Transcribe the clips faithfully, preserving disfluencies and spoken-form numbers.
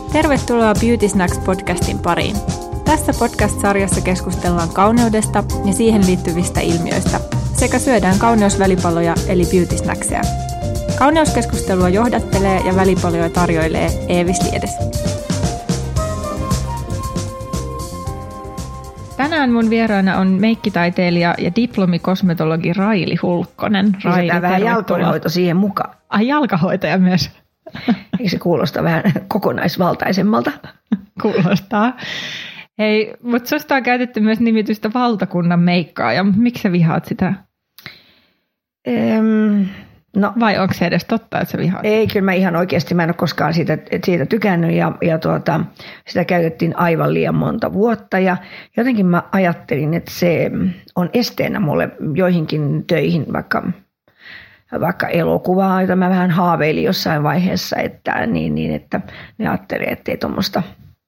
Tervetuloa Beauty Snacks-podcastin pariin. Tässä podcast-sarjassa keskustellaan kauneudesta ja siihen liittyvistä ilmiöistä sekä syödään kauneusvälipaloja eli beauty snackseja. Kauneuskeskustelua johdattelee ja välipaloja tarjoilee Eevis Liedes. Tänään mun vieraana on meikkitaiteilija ja diplomikosmetologi Raili Hulkkonen. Raili, lisätään vähän jalkahoito siihen mukaan. Ai, jalkahoitaja myös. Eikö se kuulosta vähän kokonaisvaltaisemmalta? Kuulostaa. Hei, mutta susta on käytetty myös nimitystä valtakunnan meikkaaja. Miksi sä vihaat sitä? Ehm, no, Vai onko se edes totta, että sä vihaat? Ei, kyllä mä ihan oikeasti, mä en ole koskaan siitä, siitä tykännyt ja, ja tuota, sitä käytettiin aivan liian monta vuotta. Ja jotenkin mä ajattelin, että se on esteenä mulle joihinkin töihin, vaikka... vaikka elokuvaa, jota mä vähän haaveilin jossain vaiheessa, että, niin, niin, että ne ajattelee, että ei tuommoista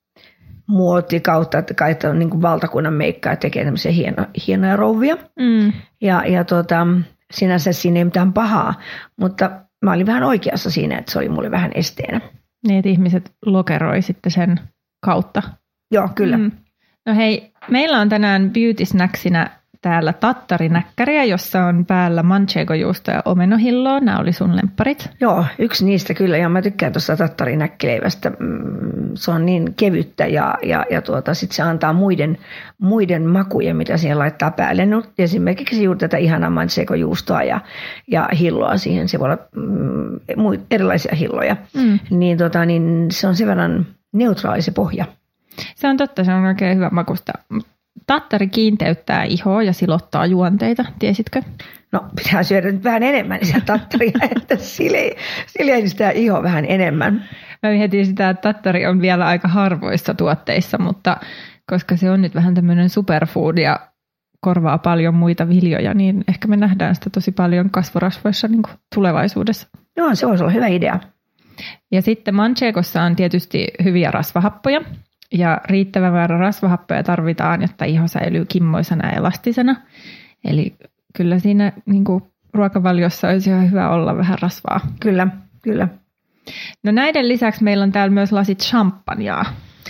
muotikautta, että kai on niin kuin valtakunnan meikkaa tekee tämmöisiä hieno, hienoja rouvia. Mm. Ja, ja tuota, sinänsä siinä ei mitään pahaa, mutta mä olin vähän oikeassa siinä, että se oli mulle vähän esteenä. Niin, että ihmiset lokeroi sitten sen kautta. Joo, kyllä. Mm. No hei, meillä on tänään Beauty Snacksina täällä tattarinäkkäriä, jossa on päällä manchego-juusto ja omenohilloa. Nämä oli sun lempparit. Joo, yksi niistä kyllä. Ja mä tykkään tuosta tattarinäkkileivästä. Se on niin kevyttä ja, ja, ja tuota, sitten se antaa muiden, muiden makuja, mitä siihen laittaa päälle. No, esimerkiksi juuri tätä ihanaa manchego-juustoa ja, ja hilloa siihen. Se voi olla mm, erilaisia hilloja. Mm. Niin, tota, niin se on sen verran neutraali se pohja. Se on totta, se on oikein hyvä makusta. Tattari kiinteyttää ihoa ja silottaa juonteita, tiesitkö? No, pitää syödä nyt vähän enemmän sitä tattaria, että sileistää iho vähän enemmän. Mä mietin sitä, että tattari on vielä aika harvoissa tuotteissa, mutta koska se on nyt vähän tämmöinen superfood ja korvaa paljon muita viljoja, niin ehkä me nähdään sitä tosi paljon kasvorasvoissa niin kuin tulevaisuudessa. Joo, se voisi olla hyvä idea. Ja sitten manchegossa on tietysti hyviä rasvahappoja. Ja riittävä määrä rasvahappoja tarvitaan, jotta iho säilyy kimmoisena ja elastisena. Eli kyllä siinä niin kuin ruokavaliossa olisi ihan hyvä olla vähän rasvaa. Kyllä, kyllä. No näiden lisäksi meillä on täällä myös lasit champagnea.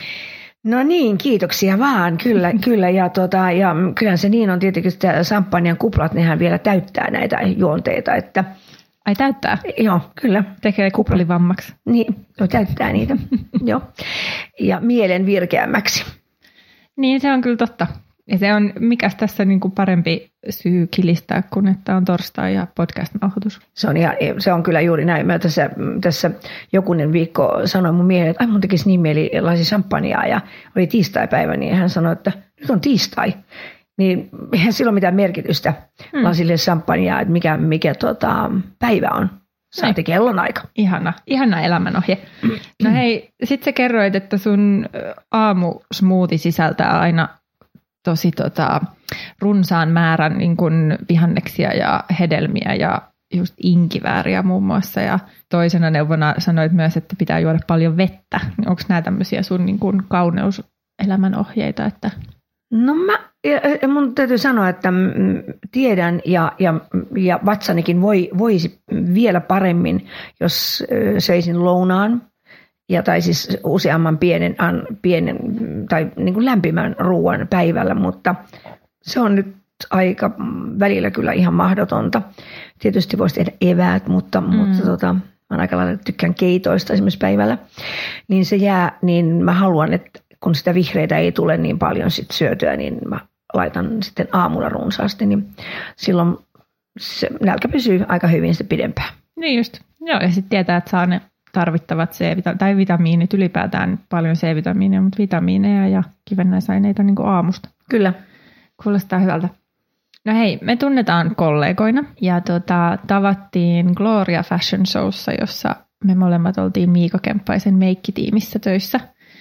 No niin, kiitoksia vaan. Kyllä, kyllä. Ja, tota, ja kyllähän se niin on tietenkin, että champagnen kuplat, nehän vielä täyttää näitä juonteita, että... Ai täyttää? Joo, kyllä. Tekee kuplivammaksi. Niin, no, täyttää niitä. Joo. Ja mielen virkeämmäksi. Niin, se on kyllä totta. Ja se on, mikäs tässä niin kuin parempi syy kilistää, kuin että on torstai ja podcast-nauhoitus. Se on, ihan, se on kyllä juuri näin. Mä tässä, tässä jokunen viikko sanoin mun miehelle, että ai mun tekisi niin mieli laisi champagnea ja oli tiistaipäivä, niin hän sanoi, että nyt on tiistai. Niin eihän sillä ole mitään merkitystä hmm. lasille champagnea, että mikä, mikä tota, päivä on. Saati kellon aika. Ihana, ihana elämänohje. No hei, sit sä kerroit, että sun aamusmoothie sisältää aina tosi tota, runsaan määrän niin kun vihanneksia ja hedelmiä ja just inkivääriä muun muassa. Ja toisena neuvona sanoit myös, että pitää juoda paljon vettä. Onko nämä tämmöisiä sun niin kun kauneuselämänohjeita, että... No mä, ja mun täytyy sanoa, että tiedän ja, ja, ja vatsanikin voi, voisi vielä paremmin, jos söisin lounaan ja tai siis useamman pienen, pienen tai niin kuin lämpimän ruoan päivällä, mutta se on nyt aika välillä kyllä ihan mahdotonta. Tietysti voisi tehdä eväät, mutta, mm. mutta tota, mä aika lailla tykkään keitoista esimerkiksi päivällä, niin se jää, niin mä haluan, että kun sitä vihreitä ei tule niin paljon sit syötyä, niin mä laitan sitten aamulla runsaasti, niin silloin se nälkä pysyy aika hyvin sitten pidempään. Niin just. Joo, ja sitten tietää, että saa ne tarvittavat C- tai vitamiinit, ylipäätään paljon C-vitamiineja, mutta vitamiineja ja kivennäisaineita niin kuin aamusta. Kyllä. Kuulostaa hyvältä. No hei, me tunnetaan kollegoina ja tota, tavattiin Gloria Fashion Showssa, jossa me molemmat oltiin Miika Kemppaisen meikkitiimissä töissä.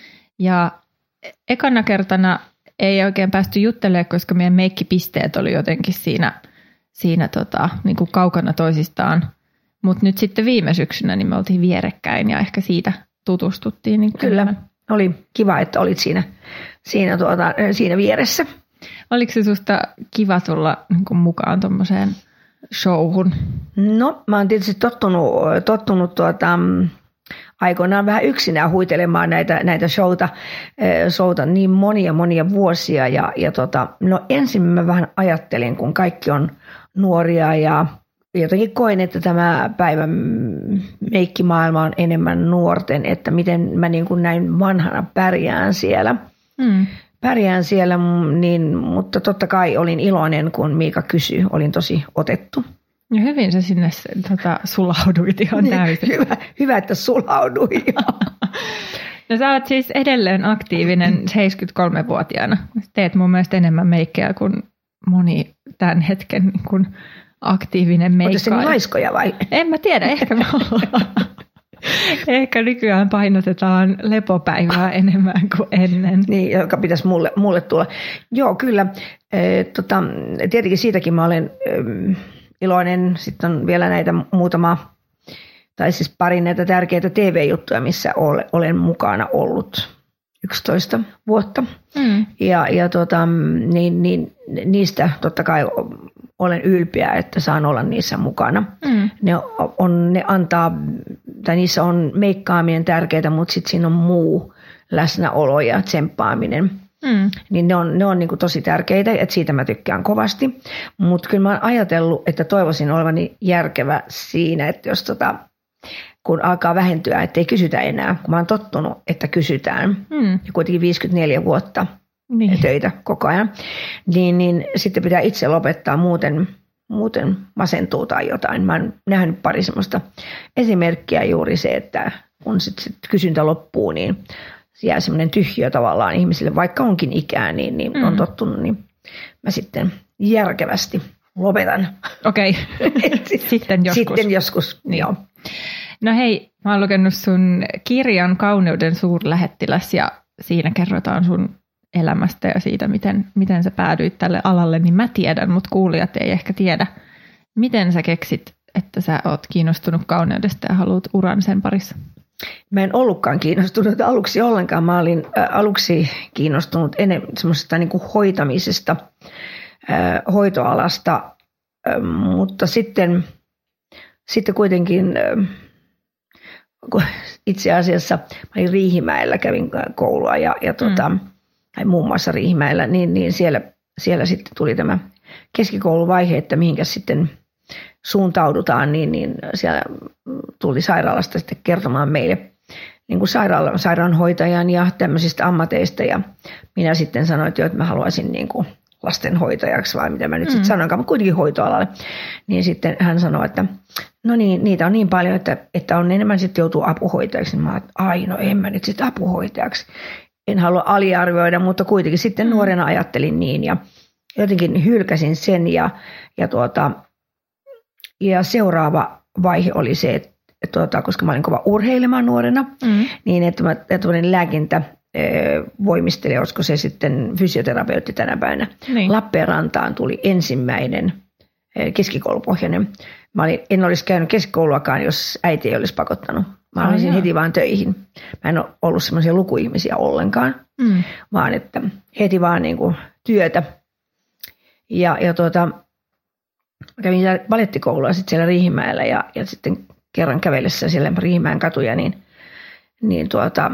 Ja ekana kertana ei oikein päästy juttelemaan, koska meidän meikkipisteet oli jotenkin siinä, siinä tota, niin kuin kaukana toisistaan. Mutta nyt sitten viime syksynä niin me oltiin vierekkäin ja ehkä siitä tutustuttiin. Niin Kyllä, enemmän. Oli kiva, että olit siinä, siinä, tuota, siinä vieressä. Oliko se susta kiva tulla niin kuin mukaan tuommoiseen showhun? No, mä oon tietysti tottunut, tottunut tuota, aikoinaan vähän yksinään huitelemaan näitä, näitä showta, showta niin monia monia vuosia. Ja, ja tota, no ensin mä vähän ajattelin, kun kaikki on nuoria ja jotenkin koin, että tämä päivän meikkimaailma on enemmän nuorten, että miten mä niin kuin näin vanhana pärjään siellä. Mm. Pärjään siellä, niin, mutta totta kai olin iloinen, kun Miika kysyi. Olin tosi otettu. Ja hyvin sä sinne tota, sulauduit ihan niin, täysin. Hyvä, hyvä, että sulauduin. No sä oot siis edelleen aktiivinen seitsemänkymmentäkolmevuotiaana. Teet mun mielestä enemmän meikkejä kuin moni tämän hetken niin kuin aktiivinen meikkaaja. Oletko se niin laiskoja vai? En mä tiedä, ehkä me ollaan. Ehkä nykyään painotetaan lepopäivää enemmän kuin ennen. Niin, joka pitäisi mulle, mulle tulla. Joo, kyllä. E, tota, tietenkin siitäkin mä olen e, iloinen. Sitten on vielä näitä muutama, tai siis pari näitä tärkeitä T V-juttuja, missä ole, olen mukana ollut yksitoista vuotta. Mm. Ja, ja tota, niin, niin, niistä totta kai olen ylpeä, että saan olla niissä mukana. Mm. Ne, on, ne antaa, tai niissä on meikkaaminen tärkeää, mutta sitten siinä on muu läsnäolo ja tsemppaaminen. Mm. Niin ne on, ne on niin kuin tosi tärkeitä, että siitä mä tykkään kovasti. Mutta kyllä mä oon ajatellut, että toivoisin olevani järkevä siinä, että jos tota, kun alkaa vähentyä, ettei kysytä enää, kun mä oon tottunut, että kysytään. Mm. Ja kuitenkin viisikymmentäneljä vuotta. Niin. Töitä koko ajan, niin, niin sitten pitää itse lopettaa, muuten, muuten masentuu tai jotain. Mä oon nähnyt pari semmoista esimerkkiä juuri se, että kun sit, sit kysyntä loppuu, niin jää semmoinen tyhjiö tavallaan ihmisille, vaikka onkin ikää, niin, niin mm. on tottunut, niin mä sitten järkevästi lopetan. Okei, okay. sitten joskus. Sitten joskus, niin. Joo. No hei, mä oon lukenut sun kirjan Kauneuden suurlähettiläs ja siinä kerrotaan sun elämästä ja siitä, miten, miten sä päädyit tälle alalle, niin mä tiedän, mutta kuulijat ei ehkä tiedä. Miten sä keksit, että sä oot kiinnostunut kauneudesta ja haluat uran sen parissa? Mä en ollutkaan kiinnostunut aluksi ollenkaan. Mä olin ä, aluksi kiinnostunut enemmän semmoisesta niin kuin hoitamisesta, ä, hoitoalasta, ä, mutta sitten, sitten kuitenkin ä, itse asiassa mä olin Riihimäellä, kävin koulua ja, ja tuota, mm. tai muun muassa Riihimäellä, niin, niin siellä, siellä sitten tuli tämä keskikouluvaihe, että mihinkä sitten suuntaudutaan, niin, niin siellä tuli sairaalasta sitten kertomaan meille niin kuin sairaala, sairaanhoitajan ja tämmöisistä ammateista, ja minä sitten sanoin, että, jo, että mä haluaisin niin kuin lastenhoitajaksi, vai mitä mä nyt mm. sitten sanoinkaan, mutta kuitenkin hoitoalalle, niin sitten hän sanoi, että no niin, niitä on niin paljon, että, että on enemmän sitten joutuu apuhoitajaksi, niin mä ajattelin, ai no en mä nyt sitten apuhoitajaksi. En halua aliarvioida, mutta kuitenkin sitten mm. nuorena ajattelin niin ja jotenkin hylkäsin sen ja, ja, tuota, ja seuraava vaihe oli se, että, että tuota, koska mä olin kova urheilemaan nuorena, mm. niin että mä tämmöinen lääkintä voimistelija, olisiko se sitten fysioterapeutti tänä päivänä. Niin. Lappeenrantaan tuli ensimmäinen keskikoulupohjainen. Mä olin, en olisi käynyt keskikouluakaan, jos äiti ei olisi pakottanut. Mä olisin oh, heti vaan töihin. Mä en ole ollut semmoisia lukuihmisiä ollenkaan, mm. vaan että heti vaan niin kuin työtä. Ja, ja tuota, kävin balettikoulua sitten siellä Riihimäellä ja, ja sitten kerran kävellessä siellä Riihimäen katuja, niin, niin tuota,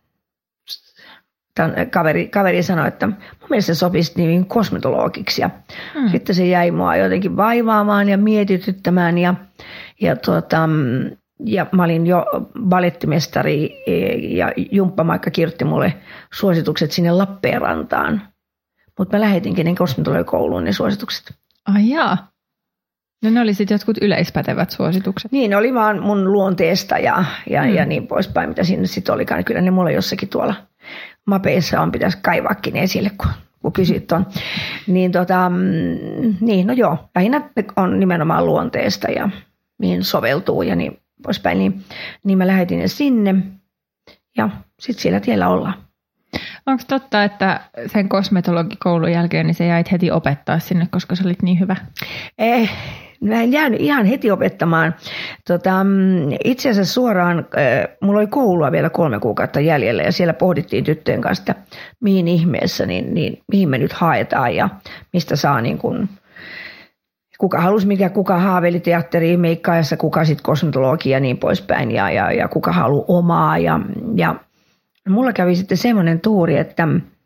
kaveri, kaveri sanoi, että mun mielestä se sopisi niin kosmetologiksi. Ja mm. sitten se jäi mua jotenkin vaivaamaan ja mietityttämään ja, ja tuota... Ja mä olin jo balettimestari ja jumppamaikka kirjoitti mulle suositukset sinne Lappeenrantaan. Mutta mä lähetinkin ne kosmetologikouluun ne suositukset. Ai jaa. No ne oli sitten jotkut yleispätevät suositukset. Niin, ne oli vaan mun luonteesta ja, ja, mm. ja niin poispäin, mitä siinä sitten olikaan. Kyllä ne mulla jossakin tuolla mapeissa on, pitäisi kaivaakin esille, kun, kun kysyt ton. Niin, tota, niin, no joo, lähinnä on nimenomaan luonteesta ja mihin soveltuu ja niin poispäin, niin, niin mä lähetin ne sinne ja sitten siellä tiellä ollaan. Onko totta, että sen kosmetologikoulun jälkeen niin sä jäit heti opettaa sinne, koska sä olit niin hyvä? Eh, mä en jäänyt ihan heti opettamaan. Tota, itse asiassa suoraan, äh, mulla oli koulua vielä kolme kuukautta jäljellä ja siellä pohdittiin tyttöjen kanssa, että mihin ihmeessä, niin, niin mihin me nyt haetaan ja mistä saa niin kuin kuka halusi mikä, kuka haaveili teatteriin, meikkaajassa, kuka sitten kosmetologia ja niin poispäin ja, ja, ja kuka haluaa omaa. Ja, ja mulla kävi sitten semmoinen tuuri, että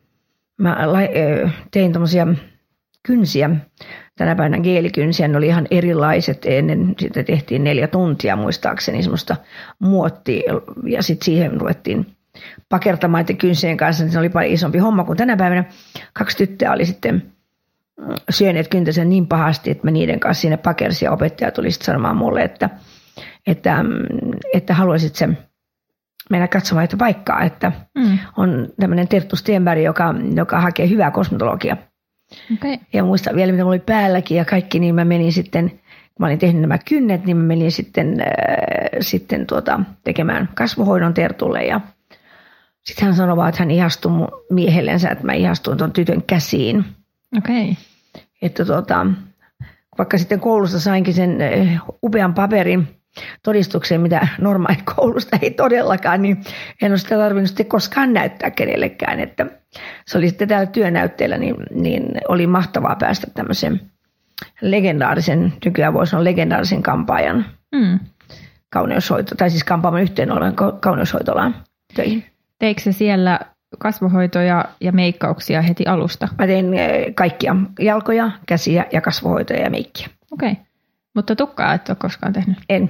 mä tein tommosia kynsiä. Tänä päivänä geelikynsiä, ne oli ihan erilaiset. Ennen sitä tehtiin neljä tuntia muistaakseni semmoista muottia ja sitten siihen ruvettiin pakertamaan että kynsien kanssa. Se oli paljon isompi homma kuin tänä päivänä. Kaksi tyttöä oli sitten syöneet kyntäsen niin pahasti, että mä niiden kanssa siinä pakersin ja opettaja tuli sitten sanomaan mulle, että, että, että haluaisit sen mennä katsomaan että paikkaa, että mm. on tämmöinen Terttu Stenberg, joka, joka hakee hyvää kosmetologiaa. Okay. Ja muistan vielä, mitä mulla oli päälläkin ja kaikki, niin mä menin sitten, kun mä olin tehnyt nämä kynnet, niin mä menin sitten, äh, sitten tuota, tekemään kasvohoidon Tertulle. Ja sitten hän sanoi vaan, että hän ihastui mun miehellensä, että mä ihastuin tuon tytön käsiin. Okei. Okay. Että tuota, vaikka sitten koulusta sainkin sen äh, upean paperin todistukseen, mitä normaali koulusta ei todellakaan, niin en ole sitä tarvinnut sitten koskaan näyttää kenellekään, että se oli sitten täällä työnäytteellä, niin, niin oli mahtavaa päästä tämmöisen legendaarisen, nykyään voisi sanoa legendaarisen kampaajan mm. kauneushoito, tai siis kampaaman yhteen olevan kauneushoitolaan töihin. Teikö se siellä kasvohoitoja ja meikkauksia heti alusta? Mä tein kaikkia, jalkoja, käsiä ja kasvohoitoja ja meikkiä. Okei, okay. Mutta tukkaa et ole koskaan tehnyt? En.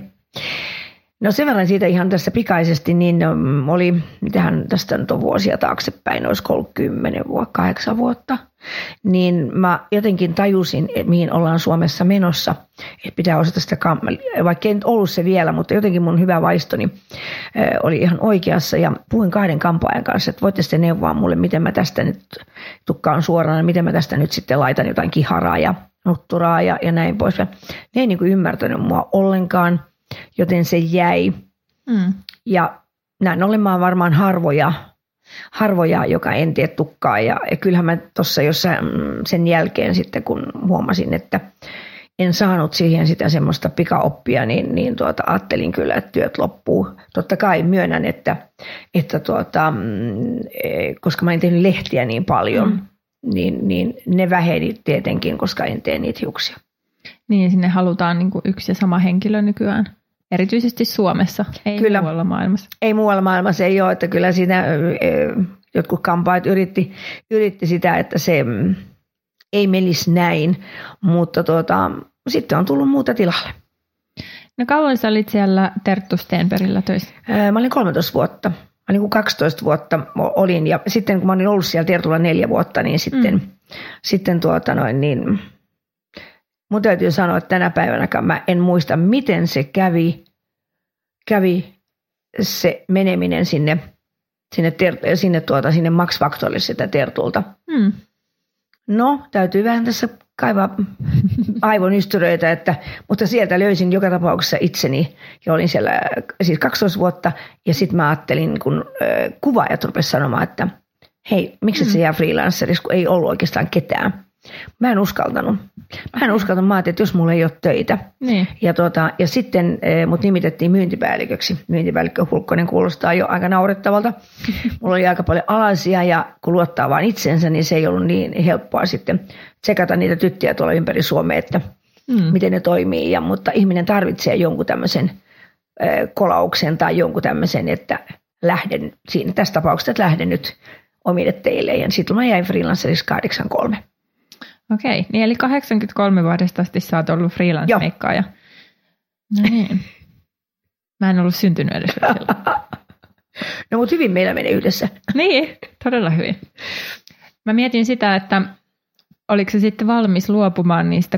No sen verran siitä ihan tässä pikaisesti, niin oli, mitähän tästä nyt on vuosia taaksepäin, olisi kolmekymmentä vuotta, kahdeksan vuotta, niin mä jotenkin tajusin, että mihin ollaan Suomessa menossa, että pitää osata sitä kammelia, vaikka ei nyt ollut se vielä, mutta jotenkin mun hyvä vaistoni oli ihan oikeassa ja puhuin kahden kampaajan kanssa, että voitte sitten neuvoa mulle, miten mä tästä nyt tukkaan suoraan, miten mä tästä nyt sitten laitan jotain kiharaa ja nutturaa ja, ja näin pois. Ne ei niin kuin ymmärtänyt mua ollenkaan. Joten se jäi. Mm. Ja näin ollen mä oon varmaan harvoja, harvoja, joka en tee tukkaa. Ja, ja kyllähän mä tuossa jossain sen jälkeen sitten, kun huomasin, että en saanut siihen sitä semmoista pikaoppia, niin, niin tuota, ajattelin kyllä, että työt loppuu. Totta kai myönnän, että, että tuota, koska mä en tehnyt lehtiä niin paljon, mm. niin, niin ne väheni tietenkin, koska en tee niitä hiuksia. Niin, sinne halutaan niin kuin yksi ja sama henkilö nykyään. Erityisesti Suomessa, ei kyllä, muualla maailmassa. Ei muualla maailmassa, ei ole. Että kyllä siinä jotkut kampaajat yritti, yritti sitä, että se ei menisi näin. Mutta tuota, sitten on tullut muuta tilalle. No kauan sä olit siellä Terttu Stenbergillä töissä? Mä olin kolmetoista vuotta. Mä olin kuin kaksitoista vuotta olin. Ja sitten kun mä olin ollut siellä Tertulla neljä vuotta, niin sitten, mm. sitten tuota noin niin... Mun täytyy sanoa, että tänä päivänäkään mä en muista, miten se kävi, kävi se meneminen sinne, sinne, sinne, tuota, sinne Max Factorille sitä Tertulta. Hmm. No, täytyy vähän tässä kaivaa aivonystyröitä, että, mutta sieltä löysin joka tapauksessa itseni ja olin siellä siis kaksitoista vuotta ja sitten mä ajattelin, kun äh, kuvaajat rupesivat sanomaan, että hei, miksi hmm. se jää freelanceriksi, kun ei ollut oikeastaan ketään. Mä en uskaltanut. Mä en uskaltanut. Mä ajattelin, että jos mulla ei ole töitä. Niin. Ja, tuota, ja sitten mut nimitettiin myyntipäälliköksi. Myyntipäällikkö Hulkkonen kuulostaa jo aika naurettavalta. Mulla oli aika paljon alaisia ja kun luottaa vaan itsensä, niin se ei ollut niin helppoa sitten tsekata niitä tyttöjä tuolla ympäri Suomea, että mm. miten ne toimii. Ja, mutta ihminen tarvitsee jonkun tämmöisen äh, kolauksen tai jonkun tämmöisen, että lähden siinä tässä tapauksessa, että lähden nyt omille teille. Ja sitten mä jäin freelanceriksi kahdeksankymmentäkolme. Okei, niin eli kahdeksankymmentäkolme vuodesta asti sä oot ollut freelance-meikkaaja. No niin. Mä en ollut syntynyt edes silloin. No mutta hyvin meillä menee yhdessä. Niin, todella hyvin. Mä mietin sitä, että oliko se sitten valmis luopumaan niistä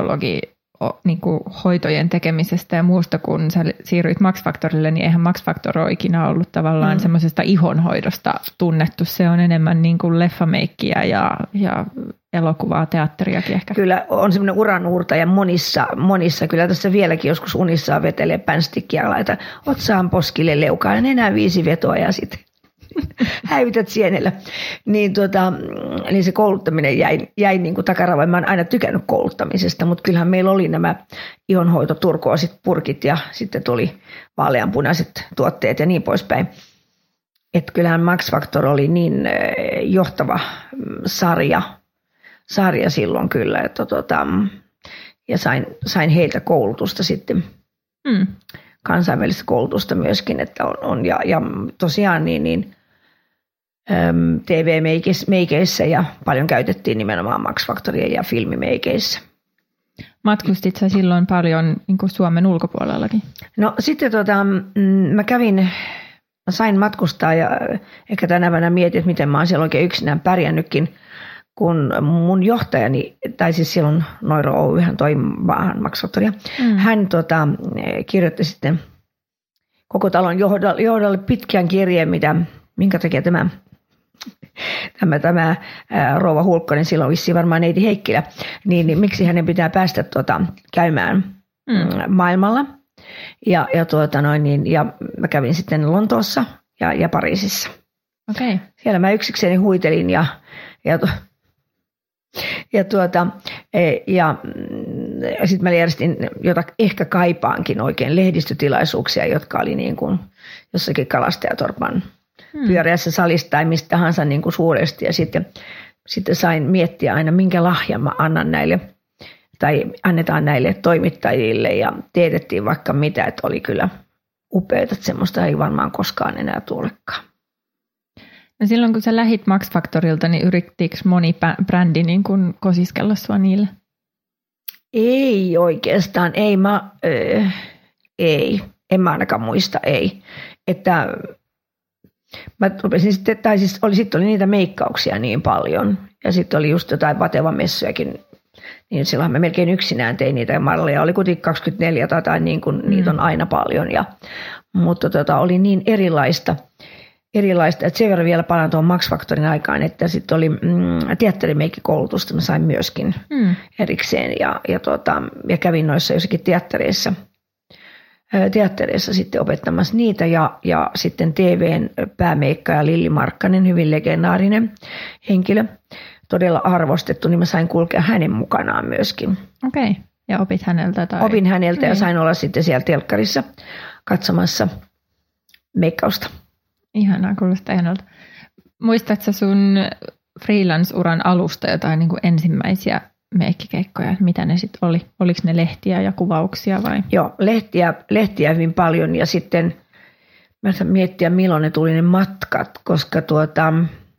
kosmetologi-hoitojen tekemisestä ja muusta, kun sä siirryit Max Factorille, niin eihän Max Factor ole ikinä ollut tavallaan mm. semmoisesta ihonhoidosta tunnettu. Se on enemmän niin kuin leffameikkiä ja, ja elokuvaa, teatteriakin ehkä. Kyllä on semmoinen uranuurtaja monissa, monissa. Kyllä tässä vieläkin joskus unissaan vetelee pänstikkiä ja laita otsaan poskille leukaan ja enää viisi vetoa ja sitten häytät sienellä. Niin, tuota, niin se kouluttaminen jäi, jäi niin kuin takaravoin. Mä oon aina tykännyt kouluttamisesta, mutta kyllähän meillä oli nämä ihonhoitoturkoosit, purkit ja sitten tuli vaaleanpunaiset tuotteet ja niin poispäin. Että kyllähän Max Factor oli niin johtava sarja, sarja silloin kyllä, että tuota, ja sain, sain heiltä koulutusta sitten, Mm. kansainvälistä koulutusta myöskin, että on, on ja, ja tosiaan niin, niin äm, T V-meikeissä ja paljon käytettiin nimenomaan Max Factoria ja filmimeikeissä. Matkustit sä silloin paljon niin kuin Suomen ulkopuolellakin? No sitten tota, mä kävin, mä sain matkustaa ja ehkä tänä päivänä mietin, että miten mä oon siellä oikein yksinään pärjännytkin, kun mun johtajani, tai siis silloin Noiro Oy, hän toi vaan Max Factoria, mm. hän tota, kirjoitti sitten koko talon johdolle, johdolle pitkän kirjeen, mitä, minkä takia tämä, tämä, tämä ää, rouva Hulkkonen, silloin vissiin varmaan neiti Heikkilä, niin, niin miksi hänen pitää päästä tuota, käymään mm. maailmalla. Ja, ja, tuota, noin, niin, ja mä kävin sitten Lontoossa ja, ja Pariisissa. Okay. Siellä mä yksikseni huitelin ja, ja Ja, tuota, ja, ja sitten mä järjestin, jota ehkä kaipaankin oikein, lehdistötilaisuuksia, jotka oli niin kuin jossakin Kalastajatorpan hmm. pyöreässä salissa tai mistä tahansa niin kuin suuresti. Ja sitten, sitten sain miettiä aina, minkä lahjan mä annan näille, tai annetaan näille toimittajille. Ja teetettiin vaikka mitä, että oli kyllä upeaa, että semmoista ei varmaan koskaan enää tulekaan. No silloin kun sä lähit Max Factorilta, niin yrittikö moni brändi niin kun kosiskella sua niille? Ei oikeastaan, ei mä, öö, ei, en mä ainakaan muista, ei. Että mä rupesin sitten, tai siis oli, sitten oli niitä meikkauksia niin paljon, ja sitten oli just jotain Vateva-messujakin, niin silloin mä melkein yksinään tein niitä malleja, oli kuitenkin kaksikymmentäneljä tai, tai niin kuin, mm. niitä on aina paljon, ja, mutta tota, oli niin erilaista, erilaista, että sen verran vielä palaan tuon Max Factorin aikaan, että sitten oli mm, teatterimeikkikoulutusta, mä sain myöskin mm. erikseen ja, ja, tuota, ja kävin noissa jossakin teattereissa, teattereissa sitten opettamassa niitä ja, ja sitten T V:n päämeikkaaja Lilli Markkanen, hyvin legendaarinen henkilö, todella arvostettu, niin mä sain kulkea hänen mukanaan myöskin. Okei, okay. Ja opit häneltä? Tai... Opin häneltä ja sain olla sitten siellä telkkarissa katsomassa meikkausta. Ihanaa, kuulostaa ihanalta. Muistatko sun freelance-uran alusta jotain niin kuin ensimmäisiä meikkikeikkoja? Mitä ne sitten oli? Oliko ne lehtiä ja kuvauksia vai? Joo, lehtiä, lehtiä hyvin paljon ja sitten mä miettiä milloin ne tuli ne matkat, koska tuota...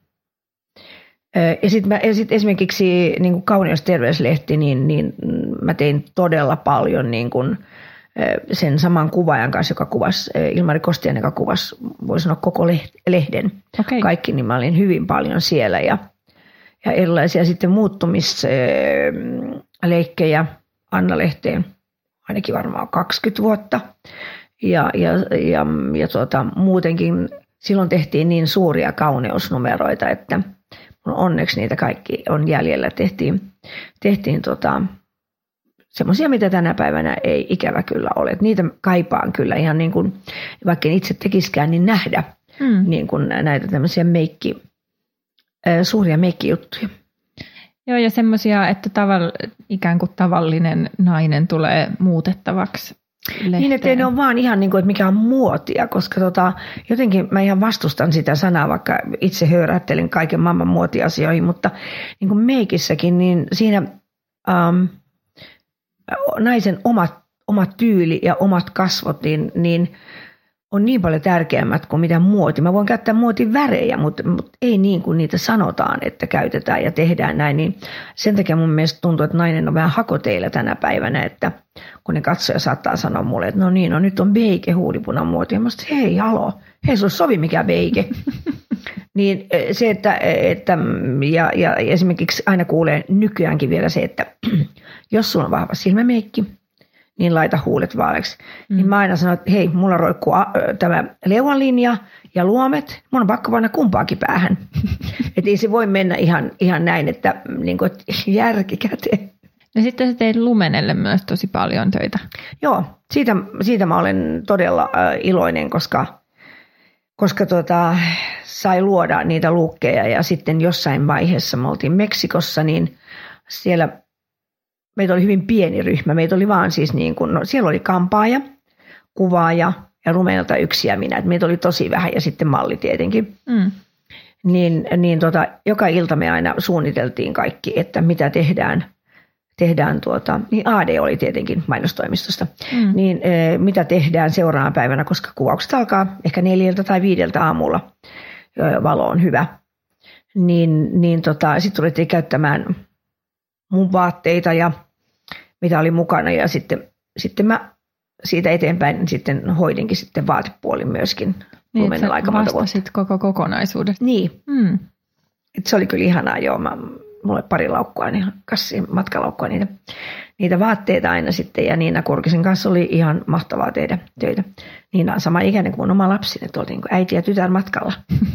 Ja sitten sit esimerkiksi niin kuin Kauneusterveyslehti, niin, niin mä tein todella paljon niin kuin sen saman kuvaajan kanssa, joka kuvasi, Ilmari Kostiainen, joka kuvasi, voi sanoa koko lehden. Okay. Kaikki, niin mä olin hyvin paljon siellä ja, ja erilaisia sitten muuttumisleikkejä Anna-lehteen, ainakin varmaan kaksikymmentä vuotta. Ja, ja, ja, ja tuota, muutenkin silloin tehtiin niin suuria kauneusnumeroita, että onneksi niitä kaikki on jäljellä. Tehtiin, tehtiin tota, semmoisia, mitä tänä päivänä ei ikävä kyllä ole. Et niitä kaipaan kyllä ihan niin kuin, vaikka en itse tekiskään, niin nähdä hmm. niin kuin näitä tämmöisiä meikki, suuria meikkijuttuja. Joo, ja semmoisia, että tavall, ikään kuin tavallinen nainen tulee muutettavaksi lehteen. Niin, että ne on vaan ihan niin kuin, että mikä on muotia, koska tota, jotenkin mä ihan vastustan sitä sanaa, vaikka itse höyrättelen kaiken maailman muotiasioihin, mutta niin kuin meikissäkin, niin siinä ähm, naisen omat, omat tyyli ja omat kasvot, niin, niin on niin paljon tärkeämmät kuin mitä muoti. Mä voin käyttää muotin värejä, mutta, mutta ei niin kuin niitä sanotaan, että käytetään ja tehdään näin. Niin sen takia mun mielestä tuntuu, että nainen on vähän hakoteilla tänä päivänä, että kun ne katsoja saattaa sanoa mulle, että no niin, no nyt on beike huulipunan muoti. Ja mä sanoin, hei, halo, hei, se on sovi mikä beike. Niin se, että, että ja, ja esimerkiksi aina kuulee nykyäänkin vielä se, että jos sulla on vahva silmämeikki, niin laita huulet vaaleiksi. Mm. Niin mä aina sanon, että hei, mulla roikkuu a, tämä leuanlinja ja luomet. Mun on pakko panna kumpaakin päähän. Että ei se voi mennä ihan, ihan näin, että, niin kuin, että järki käteen. Ja sitten sä teit Lumenelle myös tosi paljon töitä. Joo, siitä, siitä mä olen todella äh, iloinen, koska, koska tota, sai luoda niitä luukkeja. Ja sitten jossain vaiheessa me oltiin Meksikossa, niin siellä... Meitä oli hyvin pieni ryhmä. Meitä oli vaan siis niin kuin, no siellä oli kampaaja, kuvaaja ja Lumenelta yksi ja minä. Meitä oli tosi vähän ja sitten malli tietenkin. Mm. Niin, niin tota, joka ilta me aina suunniteltiin kaikki, että mitä tehdään tehdään tuota, niin A D oli tietenkin mainostoimistosta, Mm. niin e, mitä tehdään seuraavana päivänä, koska kuvaukset alkaa ehkä neljältä tai viideltä aamulla, jo, valo on hyvä, niin, niin tota, sitten ruvettiin käyttämään mun vaatteita ja mitä oli mukana ja sitten, sitten mä siitä eteenpäin sitten hoidinkin sitten vaatepuolin myöskin. Niin, että sä vastasit koko kokonaisuudesta. Niin, Mm. et se oli kyllä ihanaa, joo, mä, mulle pari laukkua, niin kassi, matkalaukkua, niitä, niitä vaatteita aina sitten, ja Niina Kurkisen kanssa oli ihan mahtavaa tehdä töitä. Niina on sama ikäinen kuin mun oma lapsi, että oltiin niin äiti ja tytär matkalla.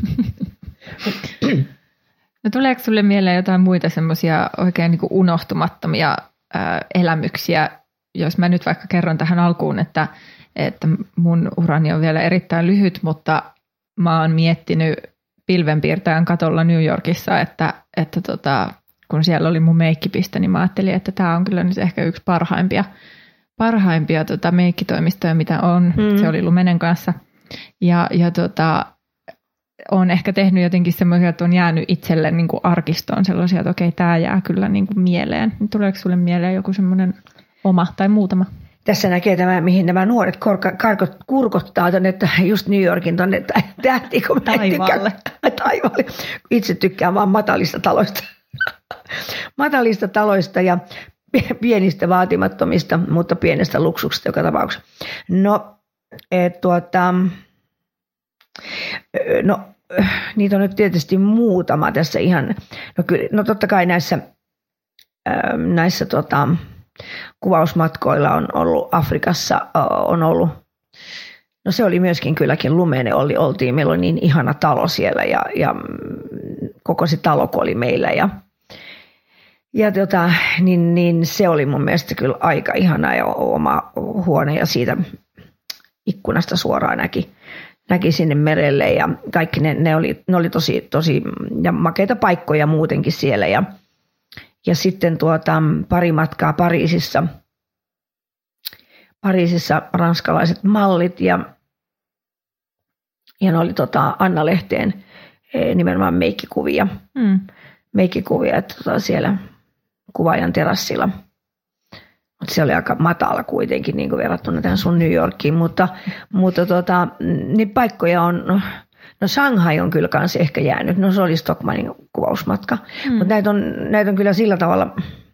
No tuleeko sulle mieleen jotain muita semmoisia oikein niin kuin unohtumattomia ää, elämyksiä, jos mä nyt vaikka kerron tähän alkuun, että, että mun urani on vielä erittäin lyhyt, mutta mä oon miettinyt pilvenpiirtäjän katolla New Yorkissa, että, että tota, kun siellä oli mun meikkipiste, niin mä ajattelin, että tämä on kyllä nyt ehkä yksi parhaimpia, parhaimpia tota, meikkitoimistoja, mitä on. Mm. Se oli Lumenen kanssa. Ja, ja tota, olen ehkä tehnyt jotenkin semmoisia, että on jäänyt itselle niin kuin arkistoon sellaisia, että okei, tämä jää kyllä niin kuin mieleen. Tuleeko sulle mieleen joku semmoinen oma tai muutama? Tässä näkee tämä, mihin nämä nuoret korka, karkot, kurkottaa tuonne, just New Yorkin tuonne tähtiin, kun taivaalle. Taivaalle. Itse tykkään vaan matalista taloista. matalista taloista ja pienistä vaatimattomista, mutta pienestä luksuksesta joka tapauksessa. No, et, tuota, no, niitä on nyt tietysti muutama tässä ihan, no, kyllä, no totta kai näissä, näissä tota, kuvausmatkoilla on ollut Afrikassa, on ollut, no se oli myöskin kylläkin Lumene, oli, oltiin, meillä oli niin ihana talo siellä ja, ja koko se talo oli meillä ja, ja tota, niin, niin se oli mun mielestä kyllä aika ihana ja oma huone ja siitä ikkunasta suoraan näki, näki sinne merelle ja kaikki ne, ne, oli, ne oli tosi, tosi ja makeita paikkoja muutenkin siellä ja Ja sitten tuota, pari matkaa Pariisissa, Pariisissa ranskalaiset mallit ja, ja ne oli tota Anna Lehteen nimenomaan meikkikuvia, mm. meikkikuvia että tota siellä kuvaajan terassilla. Mutta se oli aika matala kuitenkin niin kuin verrattuna tähän sun New Yorkiin, mutta, mutta tota, niin paikkoja on. No Shanghai on kyllä kanssa ehkä jäänyt, no se oli Stockmannin kuvausmatka, mm. mutta näitä on, näitä on kyllä sillä tavalla,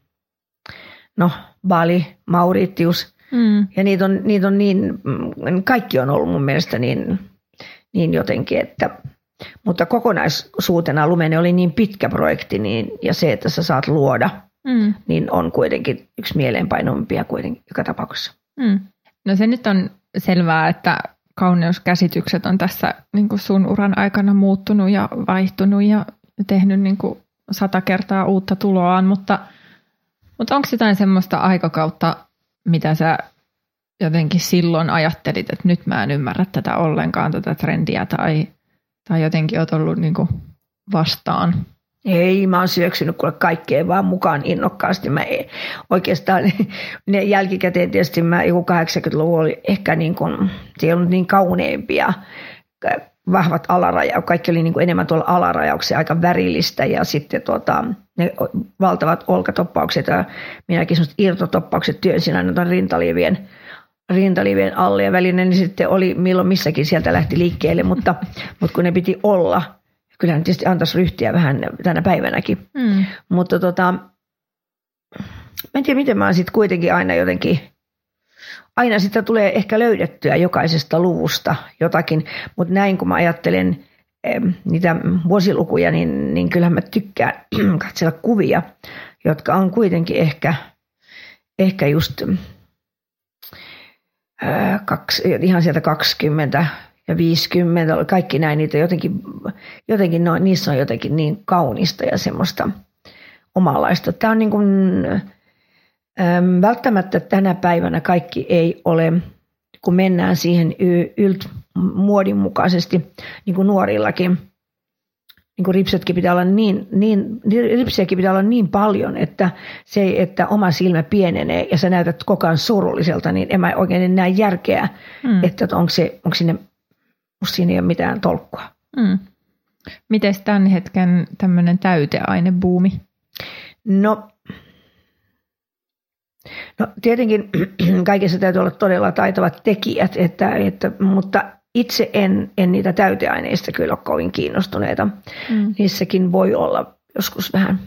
no Bali, Mauritius, mm. ja niitä on, niitä on niin, kaikki on ollut mun mielestä niin, niin jotenkin, että, mutta kokonaisuutena Lumene oli niin pitkä projekti, niin, ja se, että sä saat luoda, mm. niin on kuitenkin yksi mieleenpainoimpia kuitenkin joka tapauksessa. Mm. No se nyt on selvää, että kauneuskäsitykset on tässä niin kuin sun uran aikana muuttunut ja vaihtunut ja tehnyt niin kuin sata kertaa uutta tuloaan, mutta, mutta onko jotain semmoista aikakautta, mitä sä jotenkin silloin ajattelit, että nyt mä en ymmärrä tätä ollenkaan, tätä trendiä tai, tai jotenkin oot ollut niin kuin vastaan? Ei, mä oon syöksynyt kuule kaikkeen vaan mukaan innokkaasti. Mä ei, oikeastaan ne jälkikäteen tietysti mä joku kahdeksankymmentäluvulla oli ehkä niin kuin, se ei ollut niin kauneempia, vahvat alarajaukset, kaikki oli niin kuin enemmän tuolla alarajauksia, aika värillistä ja sitten tuota, ne valtavat olkatoppaukset ja minäkin sellaiset irtotoppaukset työnsin aina tuon rintaliivien, rintaliivien alle ja välinen niin sitten oli milloin missäkin sieltä lähti liikkeelle, mutta, mutta kun ne piti olla, kyllähän tietysti antaisi ryhtiä vähän tänä päivänäkin. Mm. Mutta tota, mä en tiedä, miten mä oon sitten kuitenkin aina jotenkin, aina sitä tulee ehkä löydettyä jokaisesta luvusta jotakin, mutta näin kun mä ajattelen eh, niitä vuosilukuja, niin, niin kyllähän mä tykkään katsella kuvia, jotka on kuitenkin ehkä, ehkä just äh, kaksi, ihan sieltä kaksikymmentä ja viisikymmentä, kaikki näin, niitä jotenkin, jotenkin no, niissä on jotenkin niin kaunista ja semmoista omanlaista. Tämä on niin kuin, äm, välttämättä tänä päivänä kaikki ei ole, kun mennään siihen ylt muodin mukaisesti, niin kuin nuorillakin, niin kuin ripsetkin pitää olla niin, niin, ripsiäkin pitää olla niin paljon, että se, että oma silmä pienenee ja sä näytät koko ajan surulliselta, niin en mä oikein näe järkeä, mm. että onko, se, onko sinne musta siinä ei ole mitään tolkkua. Mm. Miten tämän hetken tämmöinen täyteainebuumi? No, No tietenkin kaikessa täytyy olla todella taitavat tekijät, että, että, mutta itse en, en niitä täyteaineista kyllä ole kovin kiinnostuneita. Mm. Niissäkin voi olla joskus vähän,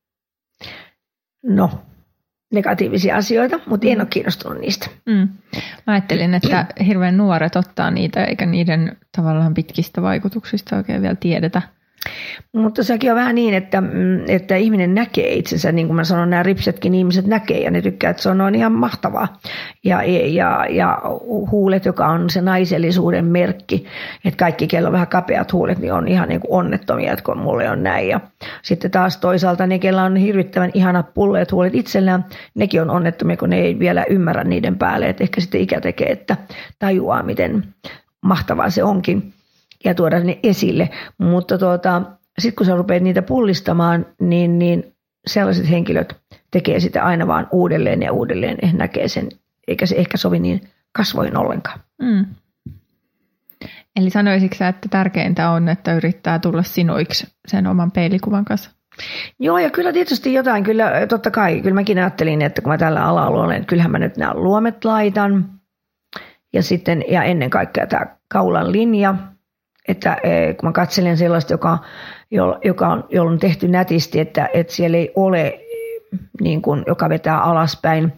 no, negatiivisia asioita, mutta en ole kiinnostunut niistä. Mm. Mä ajattelin, että hirveän nuoret ottaa niitä, eikä niiden tavallaan pitkistä vaikutuksista oikein vielä tiedetä. Mutta sekin on vähän niin, että, että ihminen näkee itsensä, niin kuin mä sanon, nämä ripsetkin ihmiset näkee ja ne tykkää, että se on ihan mahtavaa. Ja, ja, ja huulet, joka on se naisellisuuden merkki, että kaikki, kello on vähän kapeat huulet, niin on ihan niin kuin onnettomia, että kun mulle on näin. Ja sitten taas toisaalta ne, kellä on hirvittävän ihanat pulleet huulet itsellään, nekin on onnettomia, kun ne ei vielä ymmärrä niiden päälle. Että ehkä sitten ikä tekee, että tajuaa, miten mahtavaa se onkin. Ja tuoda ne esille, mutta tuota, sitten kun sä rupeat niitä pullistamaan, niin, niin sellaiset henkilöt tekee sitä aina vaan uudelleen ja uudelleen ja näkee sen, eikä se ehkä sovi niin kasvoin ollenkaan. Mm. Eli sanoisitko sä, että tärkeintä on, että yrittää tulla sinuiksi sen oman peilikuvan kanssa? Joo, ja kyllä tietysti jotain, kyllä totta kai, kyllä mäkin ajattelin, että kun mä tällä alalla olen, että kyllähän mä nyt nämä luomet laitan, ja sitten, ja ennen kaikkea tämä kaulan linja, että kun mä katselen sellaista, joka, joka on, jolla on tehty nätisti, että, että siellä ei ole, niin kuin, joka vetää alaspäin.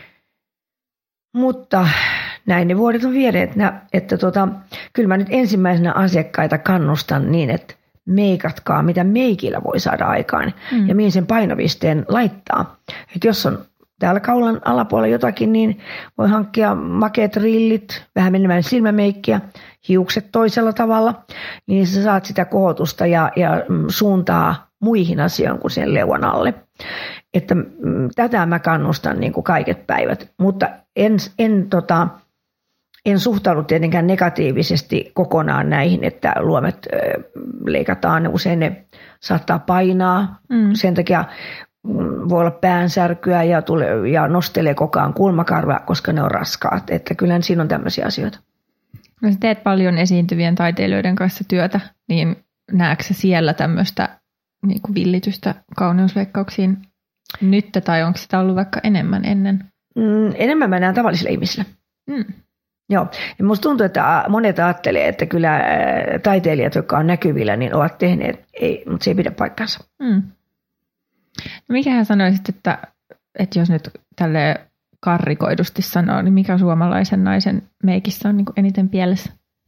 Mutta näin ne vuodet on vieneet, että, että tota, kyllä mä nyt ensimmäisenä asiakkaita kannustan niin, että meikatkaa, mitä meikillä voi saada aikaan mm. ja mihin sen painopisteen laittaa. Että jos on täällä kaulan alapuolella jotakin, niin voi hankkia makeat rillit, vähän enemmän silmämeikkiä, hiukset toisella tavalla, niin sä saat sitä kohotusta ja, ja suuntaa muihin asioihin kuin sen leuan alle. Että mm, tätä mä kannustan niin kuin kaiket päivät, mutta en, en, tota, en suhtaudu tietenkään negatiivisesti kokonaan näihin, että luomet ö, leikataan, usein ne saattaa painaa, mm. sen takia voi olla päänsärkyä ja, tule, ja nostelee koko ajan kulmakarvaa, koska ne on raskaat. Että kyllä siinä on tämmöisiä asioita. No sä teet paljon esiintyvien taiteilijoiden kanssa työtä, niin näetkö sä siellä tämmöistä niin kuin villitystä kauneusleikkauksiin nyt, tai onko sitä ollut vaikka enemmän ennen? Mm, enemmän mä näen tavallisilla ihmisillä. Mm. Joo, ja musta tuntuu, että monet ajattelee, että kyllä taiteilijat, jotka on näkyvillä, niin ovat tehneet, ei, mutta se ei pidä paikkansa. Mm. No mikähän sanoisit, että, että jos nyt tälleen karrikoidusti sanoo, niin mikä suomalaisen naisen meikissä on niin kuin eniten pielessä?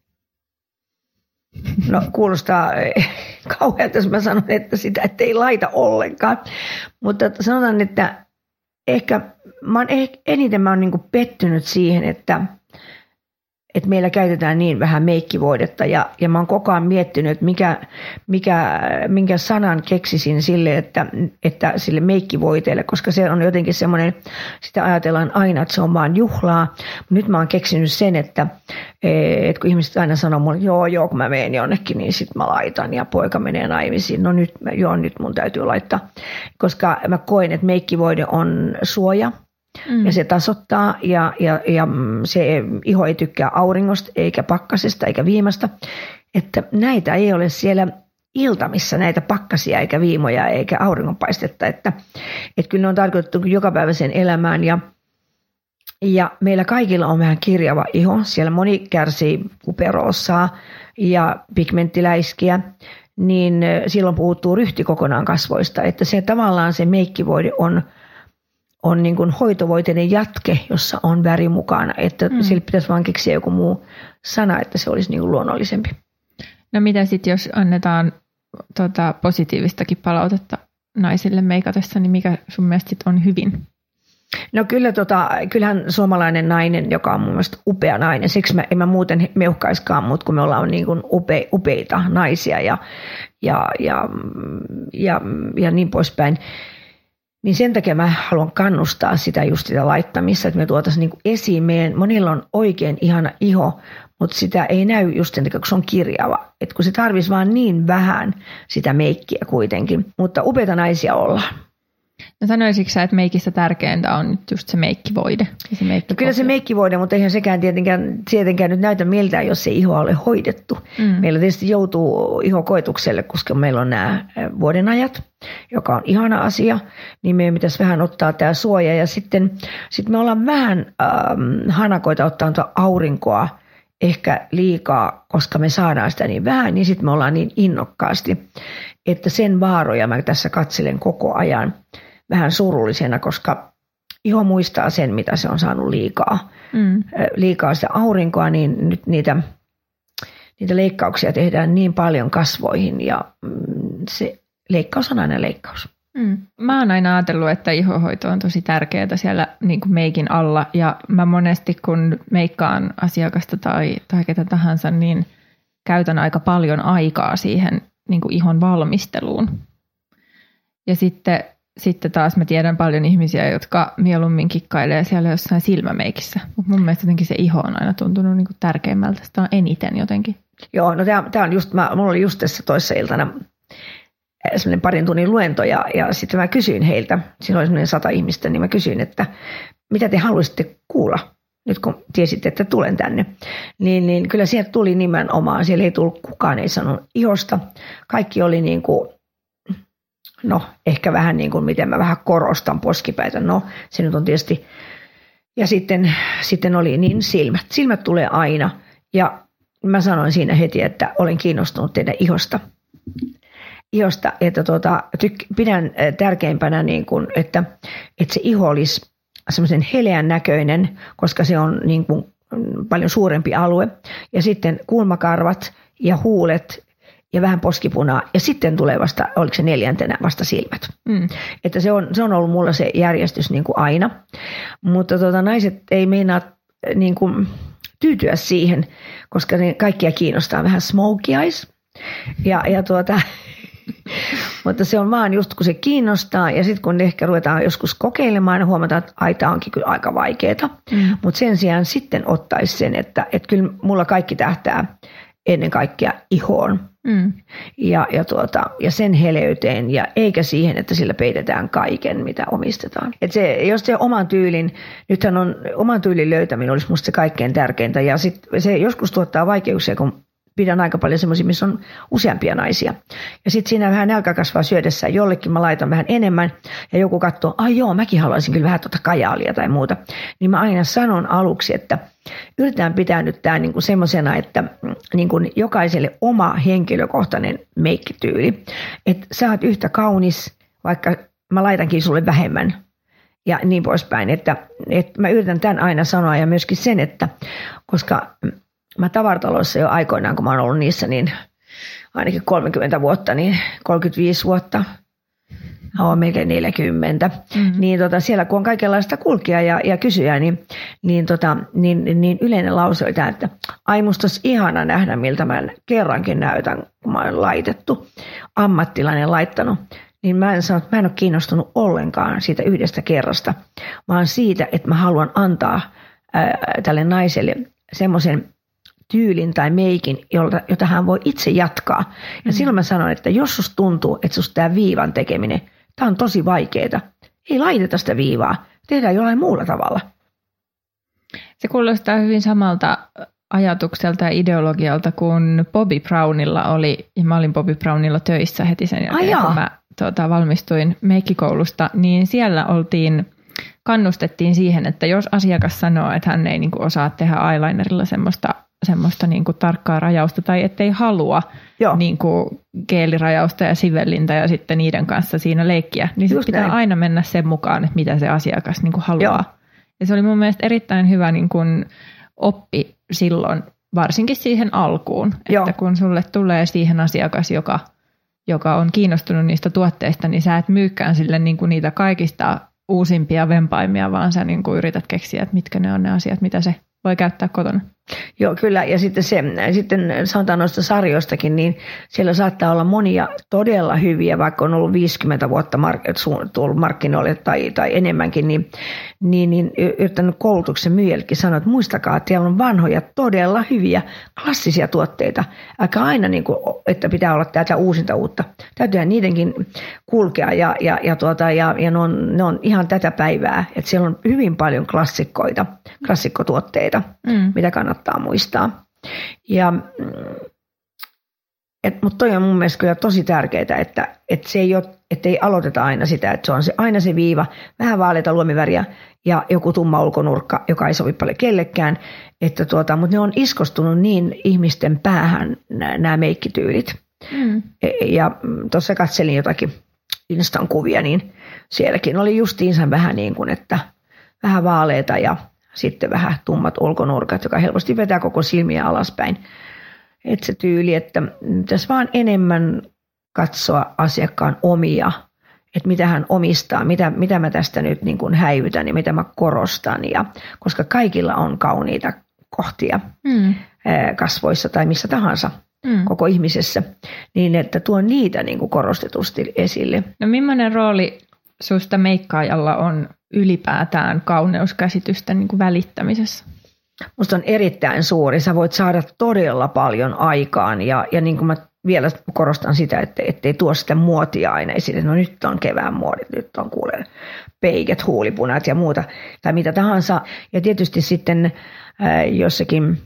No kuulostaa kauhealta, jos mä sanon, että sitä että ei laita ollenkaan. Mutta sanotaan, että ehkä mä oon eniten mä oon niin kuin pettynyt siihen, että että meillä käytetään niin vähän meikkivoidetta ja, ja mä oon koko ajan miettinyt, että mikä, mikä, minkä sanan keksisin sille, että, että sille meikkivoiteelle, koska se on jotenkin semmoinen, sitä ajatellaan aina, että se on vaan juhlaa. Nyt mä oon keksinyt sen, että, että kun ihmiset aina sanoo mulle, joo, joo, kun mä menen jonnekin, niin sit mä laitan ja poika menee naimisiin. No nyt, joo, nyt mun täytyy laittaa, koska mä koen, että meikkivoide on suoja. Mm. Ja se tasoittaa ja, ja, ja se iho ei tykkää auringosta eikä pakkasesta eikä viimasta. Että näitä ei ole siellä iltamissa, näitä pakkasia eikä viimoja eikä auringonpaistetta. Että, että kyllä ne on tarkoitettu jokapäiväiseen elämään ja, ja meillä kaikilla on vähän kirjava iho. Siellä moni kärsii kuperoosaa ja pigmenttiläiskiä. Niin silloin puuttuu ryhti kokonaan kasvoista. Että se tavallaan se meikkivoide on on niin kuin hoitovoiteinen jatke, jossa on väri mukana, että mm. sillä pitäisi vaan keksiä joku muu sana, että se olisi niin kuin luonnollisempi. No mitä sitten, jos annetaan tota, positiivistakin palautetta naisille meikatessa, niin mikä sun mielestä sit on hyvin? No kyllä, tota, kyllähän suomalainen nainen, joka on mun mielestä upea nainen, siksi mä, en mä muuten meuhkaiskaan, mutta kun me ollaan niin kuin upe, upeita naisia ja, ja, ja, ja, ja niin poispäin, niin sen takia mä haluan kannustaa sitä just sitä laittamista, että me tuotaisiin niin kuin esiin. Meidän, monilla on oikein ihana iho, mutta sitä ei näy just sen takia, kun se on kirjava. Että kun se tarvitsisi vaan niin vähän sitä meikkiä kuitenkin. Mutta upeita naisia ollaan. No sanoisitko sä, että meikissä tärkeintä on nyt just se meikkivoide? Se no kyllä se meikkivoide, mutta eihän sekään tietenkään, tietenkään nyt näytä miltään, jos se ihoa ole hoidettu. Mm. Meillä tietysti joutuu iho koetukselle, koska meillä on nämä vuodenajat, joka on ihana asia, niin meidän pitäisi vähän ottaa tämä suoja. Ja sitten sit me ollaan vähän ähm, hanakoita ottaa aurinkoa, ehkä liikaa, koska me saadaan sitä niin vähän, niin sitten me ollaan niin innokkaasti, että sen vaaroja mä tässä katselen koko ajan vähän surullisena, koska iho muistaa sen, mitä se on saanut liikaa. Mm. Liikaa sitä aurinkoa, niin nyt niitä, niitä leikkauksia tehdään niin paljon kasvoihin ja se leikkaus on aina leikkaus. Mm. Mä oon aina ajatellut, että ihohoito on tosi tärkeää siellä niin kuin meikin alla ja mä monesti kun meikkaan asiakasta tai, tai ketä tahansa, niin käytän aika paljon aikaa siihen niin kuin ihon valmisteluun. Ja sitten, sitten taas mä tiedän paljon ihmisiä, jotka mieluummin kikkailee siellä jossain silmämeikissä. Mutta mun mielestä jotenkin se iho on aina tuntunut niin kuin tärkeimmältä. Sitä on eniten jotenkin. Joo, no tää on just, mä, mulla oli just tässä toissa iltana sellainen parin tunnin luento ja, ja sitten mä kysyin heiltä, siinä oli sellainen sata ihmistä, niin mä kysyin, että mitä te haluaisitte kuulla, nyt kun tiesitte, että tulen tänne. Niin, niin kyllä sieltä tuli nimenomaan, siellä ei tullut kukaan, ei sanonut ihosta. Kaikki oli niin kuin, no ehkä vähän niin kuin, miten mä vähän korostan poskipäitä, no se nyt on tietysti. Ja sitten, sitten oli niin silmät, silmät tulee aina ja mä sanoin siinä heti, että olen kiinnostunut teidän ihosta. Ihosta, että tuota, tyk- pidän tärkeimpänä, niin kuin, että, että se iho olisi semmoisen heleän näköinen, koska se on niin kuin paljon suurempi alue. Ja sitten kulmakarvat ja huulet ja vähän poskipunaa. Ja sitten tulee vasta, oliko se neljäntenä, vasta silmät. Mm. Että se on, se on ollut mulla se järjestys niin kuin aina. Mutta tuota, naiset ei meinaa niin kuin tyytyä siihen, koska ne kaikkia kiinnostaa vähän smokey eyes. Ja, ja tuota... Mutta se on vaan just kun se kiinnostaa ja sitten kun ehkä ruvetaan joskus kokeilemaan, niin huomataan, että aita onkin kyllä aika vaikeaa. Mm. Mutta sen sijaan sitten ottaisi sen, että, että kyllä mulla kaikki tähtää ennen kaikkea ihoon mm. ja, ja, tuota, ja sen heleyteen ja eikä siihen, että sillä peitetään kaiken, mitä omistetaan. Et se, jos se oman tyylin, nythän on oman tyylin löytäminen olisi musta se kaikkein tärkeintä ja sit se joskus tuottaa vaikeuksia, kun pidän aika paljon semmoisia, missä on useampia naisia. Ja sitten siinä vähän nälkä kasvaa syödessä. Jollekin mä laitan vähän enemmän. Ja joku katsoo, ai joo, mäkin haluaisin kyllä vähän tuota kajaalia tai muuta. Niin mä aina sanon aluksi, että yritetään pitää nyt tämä niinku semmoisena, että niinku jokaiselle oma henkilökohtainen meikkityyli. Että sä oot yhtä kaunis, vaikka mä laitankin sulle vähemmän. Ja niin poispäin. Että, että mä yritän tämän aina sanoa ja myöskin sen, että koska... Mä tavarataloissa jo aikoinaan, kun mä oon ollut niissä, niin ainakin kolmekymmentä vuotta, niin kolmekymmentäviisi vuotta, on melkein neljäkymmentä, mm-hmm. niin tota, siellä kun on kaikenlaista kulkijaa ja, ja kysyjää, niin, niin, tota, niin, niin yleinen lause oli tämä, että ai musta olisi ihana nähdä, miltä mä kerrankin näytän, kun mä oon laitettu, ammattilainen laittanut. Niin mä en sano, että mä en ole kiinnostunut ollenkaan siitä yhdestä kerrasta, vaan siitä, että mä haluan antaa ää, tälle naiselle semmoisen tyylin tai meikin, jota, jota hän voi itse jatkaa. Ja mm. silloin mä sanon, että jos susta tuntuu, että susta tämä viivan tekeminen, tämä on tosi vaikeaa. Ei laiteta sitä viivaa, tehdään jollain muulla tavalla. Se kuulostaa hyvin samalta ajatukselta ja ideologialta kuin Bobbi Brownilla oli, ja mä olin Bobbi Brownilla töissä heti sen jälkeen, Ai kun mä tuota, valmistuin meikkikoulusta, niin siellä oltiin, kannustettiin siihen, että jos asiakas sanoo, että hän ei niin kuin osaa tehdä eyelinerilla semmoista semmoista niin kuin tarkkaa rajausta tai ettei halua niin kuin geelirajausta ja sivellintä ja sitten niiden kanssa siinä leikkiä, niin sitten pitää näin. Aina mennä sen mukaan, että mitä se asiakas niin kuin haluaa. Joo. Ja se oli mun mielestä erittäin hyvä niin kuin oppi silloin, varsinkin siihen alkuun, Joo. että kun sulle tulee siihen asiakas, joka, joka on kiinnostunut niistä tuotteista, niin sä et myykään sille niin kuin niitä kaikista uusimpia vempaimia, vaan sä niin kuin yrität keksiä, että mitkä ne on ne asiat, mitä se voi käyttää kotona. Joo, kyllä. Ja sitten, se, sitten sanotaan noista sarjoistakin, niin siellä saattaa olla monia todella hyviä, vaikka on ollut viisikymmentä vuotta mark- tullut markkinoille tai, tai enemmänkin, niin, niin, niin yrittänyt koulutuksen myyjällekin sanoa, että muistakaa, että siellä on vanhoja, todella hyviä, klassisia tuotteita. Älkää aina, niin kuin, että pitää olla tätä uusinta uutta. Täytyyhän niidenkin kulkea ja, ja, ja, tuota, ja, ja ne, on, ne on ihan tätä päivää. Että siellä on hyvin paljon klassikkoita, klassikkotuotteita, mm. mitä kannattaa muistaa. Ja, et, mutta toi on mun mielestä kyllä tosi tärkeää, että, että se ei ole, että ei aloiteta aina sitä, että se on se, aina se viiva, vähän vaaleita luomiväriä ja joku tumma ulkonurkka, joka ei sovi paljon kellekään. Että tuota, mutta ne on iskostunut niin ihmisten päähän nämä meikkityylit. Mm. Ja tuossa katselin jotakin Instan kuvia, niin sielläkin oli justiinsa vähän niin kuin, että vähän vaaleita ja sitten vähän tummat ulkonurkat, joka helposti vetää koko silmiä alaspäin. Että se tyyli, että tässä vaan enemmän katsoa asiakkaan omia, että mitä hän omistaa, mitä, mitä mä tästä nyt niin kuin häivytän ja mitä mä korostan. Ja, koska kaikilla on kauniita kohtia mm. kasvoissa tai missä tahansa mm. koko ihmisessä, niin että tuo niitä niin kuin korostetusti esille. No millainen rooli susta meikkaajalla on ylipäätään kauneuskäsitysten niin kuin välittämisessä? Musta on erittäin suuri. Sä voit saada todella paljon aikaan ja, ja niin kuin mä vielä korostan sitä, että ettei tuo sitä muotia aina esille. No nyt on kevään muodit, nyt on kuulen peiket, huulipunat ja muuta tai mitä tahansa. Ja tietysti sitten äh, jossakin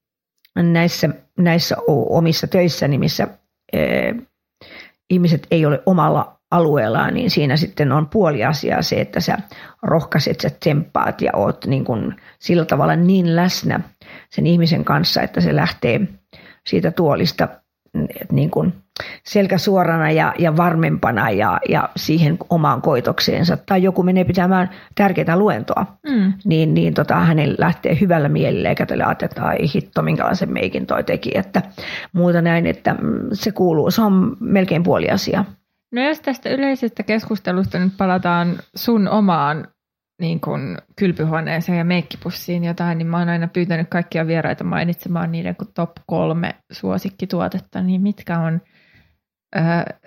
näissä, näissä omissa töissä, missä äh, ihmiset ei ole omalla alueellaan, niin siinä sitten on puoli asiaa se, että sä rohkaiset, sä tsemppaat ja oot niin kuin sillä tavalla niin läsnä sen ihmisen kanssa, että se lähtee siitä tuolista niin kuin selkä suorana ja, ja varmempana ja, ja siihen omaan koitokseensa. Tai joku menee pitämään tärkeää luentoa, mm. niin, niin tota, hänellä lähtee hyvällä mielellä, eikä tälle ajatella, että ai hitto, minkälaisen meikin toi teki. Että muuta näin, että se kuuluu, se on melkein puoli asiaa. No jos tästä yleisestä keskustelusta nyt palataan sun omaan niin kun kylpyhuoneeseen ja meikkipussiin jotain, niin mä oon aina pyytänyt kaikkia vieraita mainitsemaan niiden kuin top kolme suosikkituotetta, niin mitkä on ö,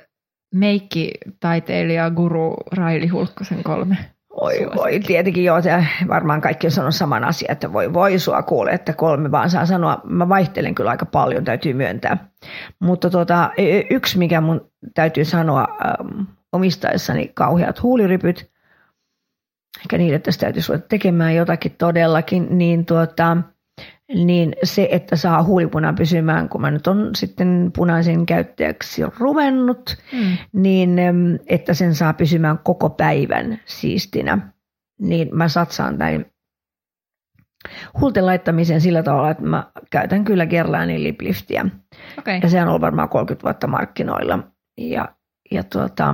meikkitaiteilija guru Raili Hulkkosen kolme Oi voi, tietenkin joo, varmaan kaikki on sanonut saman asian, että voi voi sua kuule, että kolme vaan saa sanoa. Mä vaihtelen kyllä aika paljon, täytyy myöntää. Mutta tuota, yksi, mikä mun täytyy sanoa ähm, omistaessani kauheat huulirypyt, ehkä niille tästä täytyisi ruveta tekemään jotakin todellakin, niin, tuota, niin se, että saa huulipunan pysymään, kun mä nyt on sitten punaisen käyttäjäksi ruvennut, mm. niin että sen saa pysymään koko päivän siistinä, niin mä satsaan näin huulten laittamiseen sillä tavalla, että mä käytän kyllä Guerlainin lip liftiä. Okay. Ja se on ollut varmaan kolmekymmentä vuotta markkinoilla. Ja, ja tuota,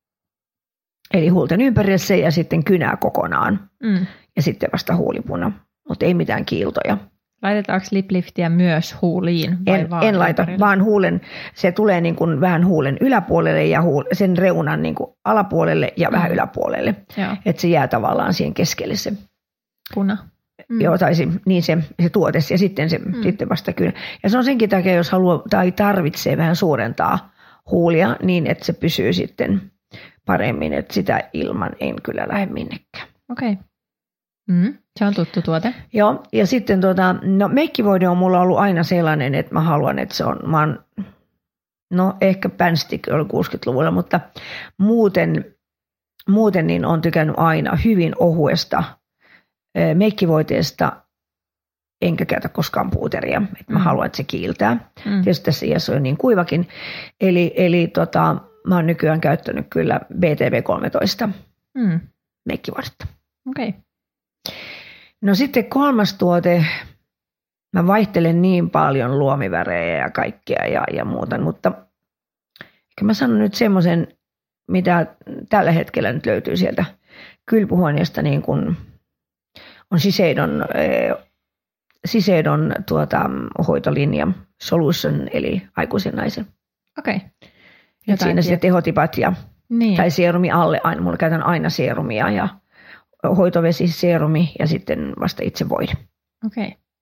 eli huulten ympärillä ja sitten kynää kokonaan. Mm. Ja sitten vasta huulipuna, mutta ei mitään kiiltoja. Laitetaanko lipliftiä myös huuliin? Vai en, vaan en laita, ympärille? Vaan huulen, se tulee niin kuin vähän huulen yläpuolelle ja huul, sen reunan niin kuin alapuolelle ja mm. vähän yläpuolelle. Että se jää tavallaan siihen keskelle se. Kuna. Mm. Joo, tai se, niin se, se tuote ja sitten, se, mm. sitten vasta kyllä. Ja se on senkin takia, jos haluaa tai tarvitsee vähän suurentaa huulia niin, että se pysyy sitten paremmin. Että sitä ilman en kyllä lähde minnekään. Okei. Okay. Mm, se on tuttu tuote. Joo, ja sitten tuota, no meikkivoide on mulla ollut aina sellainen, että mä haluan, että se on, mä oon, no ehkä Bandstick oli kuusikymmentäluvulla, mutta muuten, muuten niin on tykännyt aina hyvin ohuesta meikkivoiteesta, enkä käytä koskaan puuteria, että mä mm. haluan, että se kiiltää. Mm. Tietysti tässä iässä on niin kuivakin, eli, eli tota, mä oon nykyään käyttänyt kyllä B T V kolmetoista mm. meikkivoidetta. Okei. Okay. No sitten kolmas tuote, mä vaihtelen niin paljon luomivärejä ja kaikkea ja, ja muuta, mutta ehkä mä sanon nyt semmoisen, mitä tällä hetkellä nyt löytyy sieltä kylpyhuoneesta, niin kuin on Siseidon, äh, Siseidon tuota, hoitolinja Solution, eli aikuisen naisen. Okei. Okay. Siinä sitten tehotipat ja, niin. tai seerumi alle, aina, mulla käytän aina seerumia ja hoitovesi, seerumi ja sitten vasta itse voide. Okei.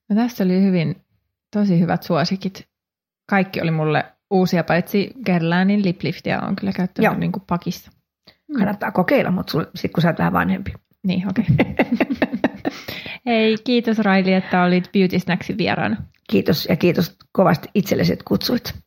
No tässä oli hyvin, tosi hyvät suosikit. Kaikki oli mulle uusia, paitsi Guerlainein lipliftiä on kyllä käyttänyt niin kuin pakissa. Kannattaa kokeilla, mutta sitten kun sä oot vähän vanhempi. Niin, okei. Okay. Hei, kiitos Raili, että olit Beauty Snacksin vieraana. Kiitos ja kiitos kovasti itsellesi, että kutsuit.